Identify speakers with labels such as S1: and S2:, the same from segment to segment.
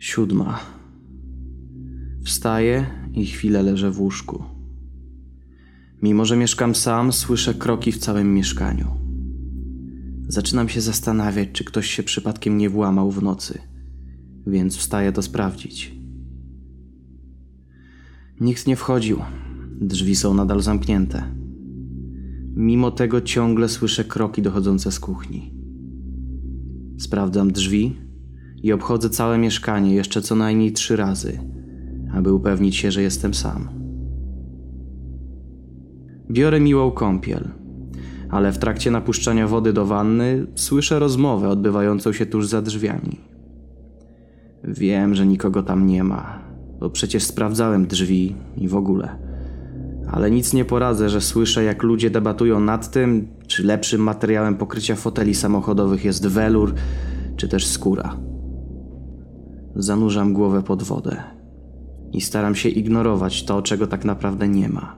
S1: 7. Wstaję i chwilę leżę w łóżku. Mimo że mieszkam sam, słyszę kroki w całym mieszkaniu. Zaczynam się zastanawiać, czy ktoś się przypadkiem nie włamał w nocy, więc wstaję to sprawdzić. Nikt nie wchodził, drzwi są nadal zamknięte. Mimo tego ciągle słyszę kroki dochodzące z kuchni. Sprawdzam drzwi i obchodzę całe mieszkanie jeszcze co najmniej 3 razy, aby upewnić się, że jestem sam. Biorę miłą kąpiel, ale w trakcie napuszczania wody do wanny słyszę rozmowę odbywającą się tuż za drzwiami. Wiem, że nikogo tam nie ma, bo przecież sprawdzałem drzwi i w ogóle. Ale nic nie poradzę, że słyszę, jak ludzie debatują nad tym, czy lepszym materiałem pokrycia foteli samochodowych jest welur, czy też skóra. Zanurzam głowę pod wodę i staram się ignorować to, czego tak naprawdę nie ma.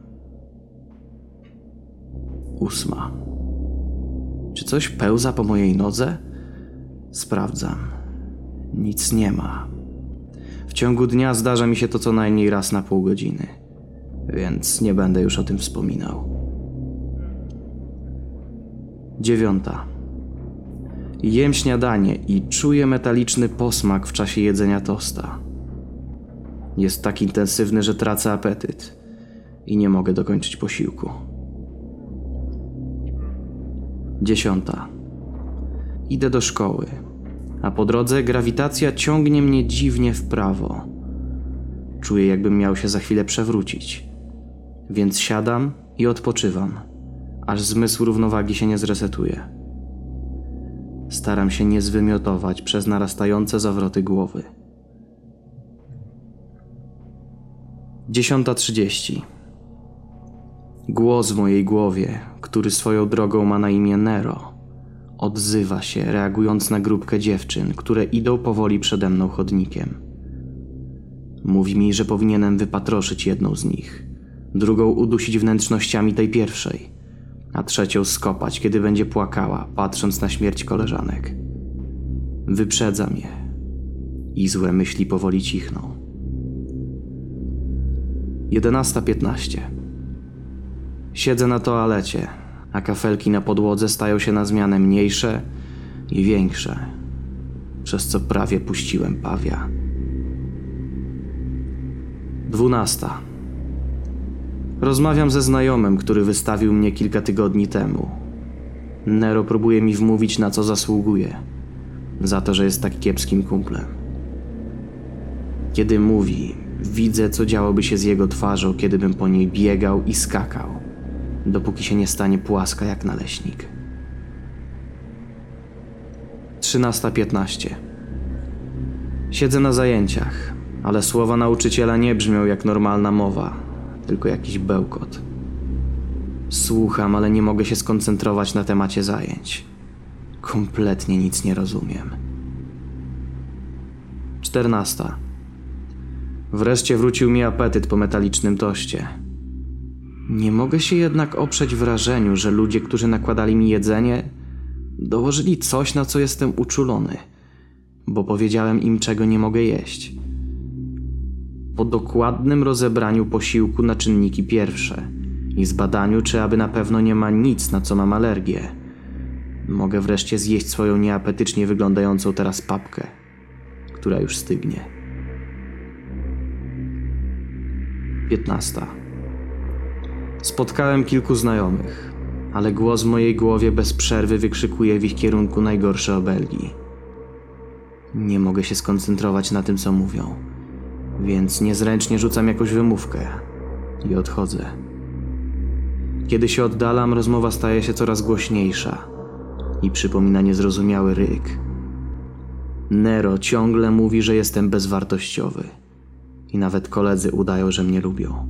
S1: 8. Czy coś pełza po mojej nodze? Sprawdzam. Nic nie ma. W ciągu dnia zdarza mi się to co najmniej raz na pół godziny, więc nie będę już o tym wspominał. 9. Jem śniadanie i czuję metaliczny posmak w czasie jedzenia tosta. Jest tak intensywny, że tracę apetyt i nie mogę dokończyć posiłku. 10. Idę do szkoły, a po drodze grawitacja ciągnie mnie dziwnie w prawo. Czuję, jakbym miał się za chwilę przewrócić, więc siadam i odpoczywam, aż zmysł równowagi się nie zresetuje. Staram się nie zwymiotować przez narastające zawroty głowy. 10:30. Głos w mojej głowie, który swoją drogą ma na imię Nero, odzywa się, reagując na grupkę dziewczyn, które idą powoli przede mną chodnikiem. Mówi mi, że powinienem wypatroszyć jedną z nich, drugą udusić wnętrznościami tej pierwszej, a trzecią skopać, kiedy będzie płakała, patrząc na śmierć koleżanek. Wyprzedzam je i złe myśli powoli cichną. 11:15. Siedzę na toalecie, a kafelki na podłodze stają się na zmianę mniejsze i większe, przez co prawie puściłem pawia. 12. Rozmawiam ze znajomym, który wystawił mnie kilka tygodni temu. Nero próbuje mi wmówić, na co zasługuje, za to, że jest tak kiepskim kumplem. Kiedy mówi, widzę, co działoby się z jego twarzą, kiedybym po niej biegał i skakał, dopóki się nie stanie płaska jak naleśnik. 13:15. Siedzę na zajęciach, ale słowa nauczyciela nie brzmią jak normalna mowa, tylko jakiś bełkot. Słucham, ale nie mogę się skoncentrować na temacie zajęć. Kompletnie nic nie rozumiem. 14. Wreszcie wrócił mi apetyt po metalicznym toście. Nie mogę się jednak oprzeć wrażeniu, że ludzie, którzy nakładali mi jedzenie, dołożyli coś, na co jestem uczulony, bo powiedziałem im, czego nie mogę jeść. Po dokładnym rozebraniu posiłku na czynniki pierwsze i zbadaniu, czy aby na pewno nie ma nic, na co mam alergię, mogę wreszcie zjeść swoją nieapetycznie wyglądającą teraz papkę, która już stygnie. 15. Spotkałem kilku znajomych, ale głos w mojej głowie bez przerwy wykrzykuje w ich kierunku najgorsze obelgi. Nie mogę się skoncentrować na tym, co mówią, więc niezręcznie rzucam jakąś wymówkę i odchodzę. Kiedy się oddalam, rozmowa staje się coraz głośniejsza i przypomina niezrozumiały ryk. Nero ciągle mówi, że jestem bezwartościowy i nawet koledzy udają, że mnie lubią.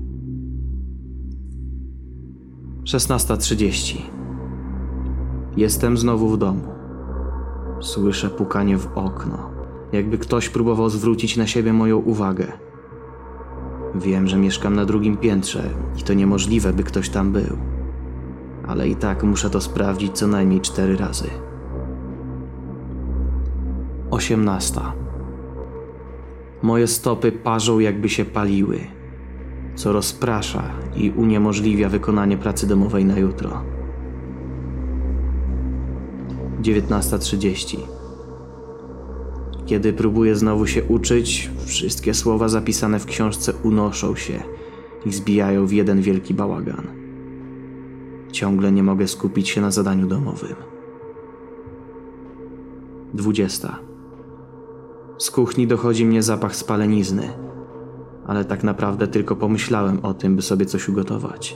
S1: 16:30. Jestem znowu w domu. Słyszę pukanie w okno, jakby ktoś próbował zwrócić na siebie moją uwagę. Wiem, że mieszkam na 2. piętrze i to niemożliwe, by ktoś tam był. Ale i tak muszę to sprawdzić co najmniej 4 razy. 18. Moje stopy parzą, jakby się paliły, co rozprasza i uniemożliwia wykonanie pracy domowej na jutro. 19:30. Kiedy próbuję znowu się uczyć, wszystkie słowa zapisane w książce unoszą się i zbijają w jeden wielki bałagan. Ciągle nie mogę skupić się na zadaniu domowym. 20. Z kuchni dochodzi mnie zapach spalenizny, ale tak naprawdę tylko pomyślałem o tym, by sobie coś ugotować.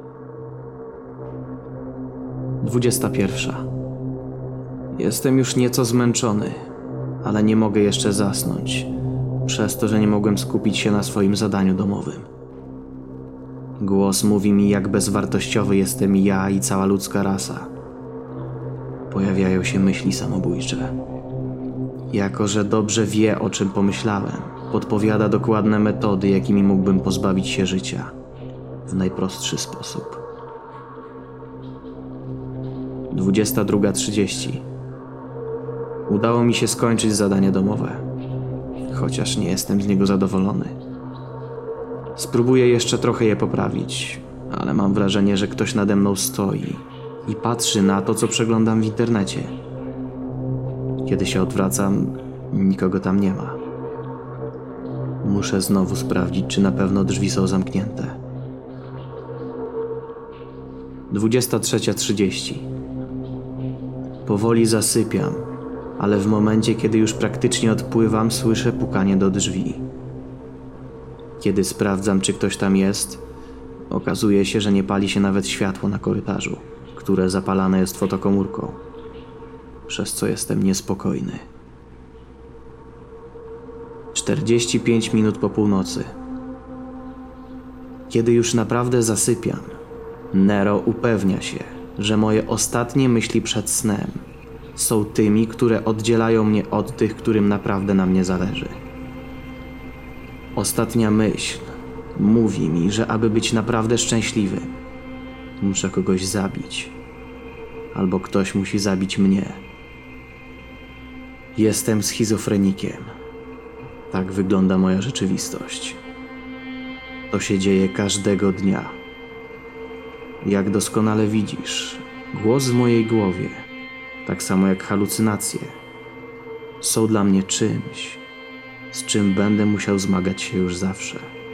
S1: 21. Jestem już nieco zmęczony, ale nie mogę jeszcze zasnąć, przez to, że nie mogłem skupić się na swoim zadaniu domowym. Głos mówi mi, jak bezwartościowy jestem ja i cała ludzka rasa. Pojawiają się myśli samobójcze. Jako że dobrze wie, o czym pomyślałem, podpowiada dokładne metody, jakimi mógłbym pozbawić się życia w najprostszy sposób. 22:30. Udało mi się skończyć zadanie domowe, chociaż nie jestem z niego zadowolony. Spróbuję jeszcze trochę je poprawić, ale mam wrażenie, że ktoś nade mną stoi i patrzy na to, co przeglądam w internecie. Kiedy się odwracam, nikogo tam nie ma. Muszę znowu sprawdzić, czy na pewno drzwi są zamknięte. 23:30. Powoli zasypiam, ale w momencie, kiedy już praktycznie odpływam, słyszę pukanie do drzwi. Kiedy sprawdzam, czy ktoś tam jest, okazuje się, że nie pali się nawet światło na korytarzu, które zapalane jest fotokomórką, przez co jestem niespokojny. 45 minut po północy. Kiedy już naprawdę zasypiam, Nero upewnia się, że moje ostatnie myśli przed snem są tymi, które oddzielają mnie od tych, którym naprawdę na mnie zależy. Ostatnia myśl mówi mi, że aby być naprawdę szczęśliwy, muszę kogoś zabić, albo ktoś musi zabić mnie. Jestem schizofrenikiem. Tak wygląda moja rzeczywistość. To się dzieje każdego dnia. Jak doskonale widzisz, głos w mojej głowie, tak samo jak halucynacje, są dla mnie czymś, z czym będę musiał zmagać się już zawsze.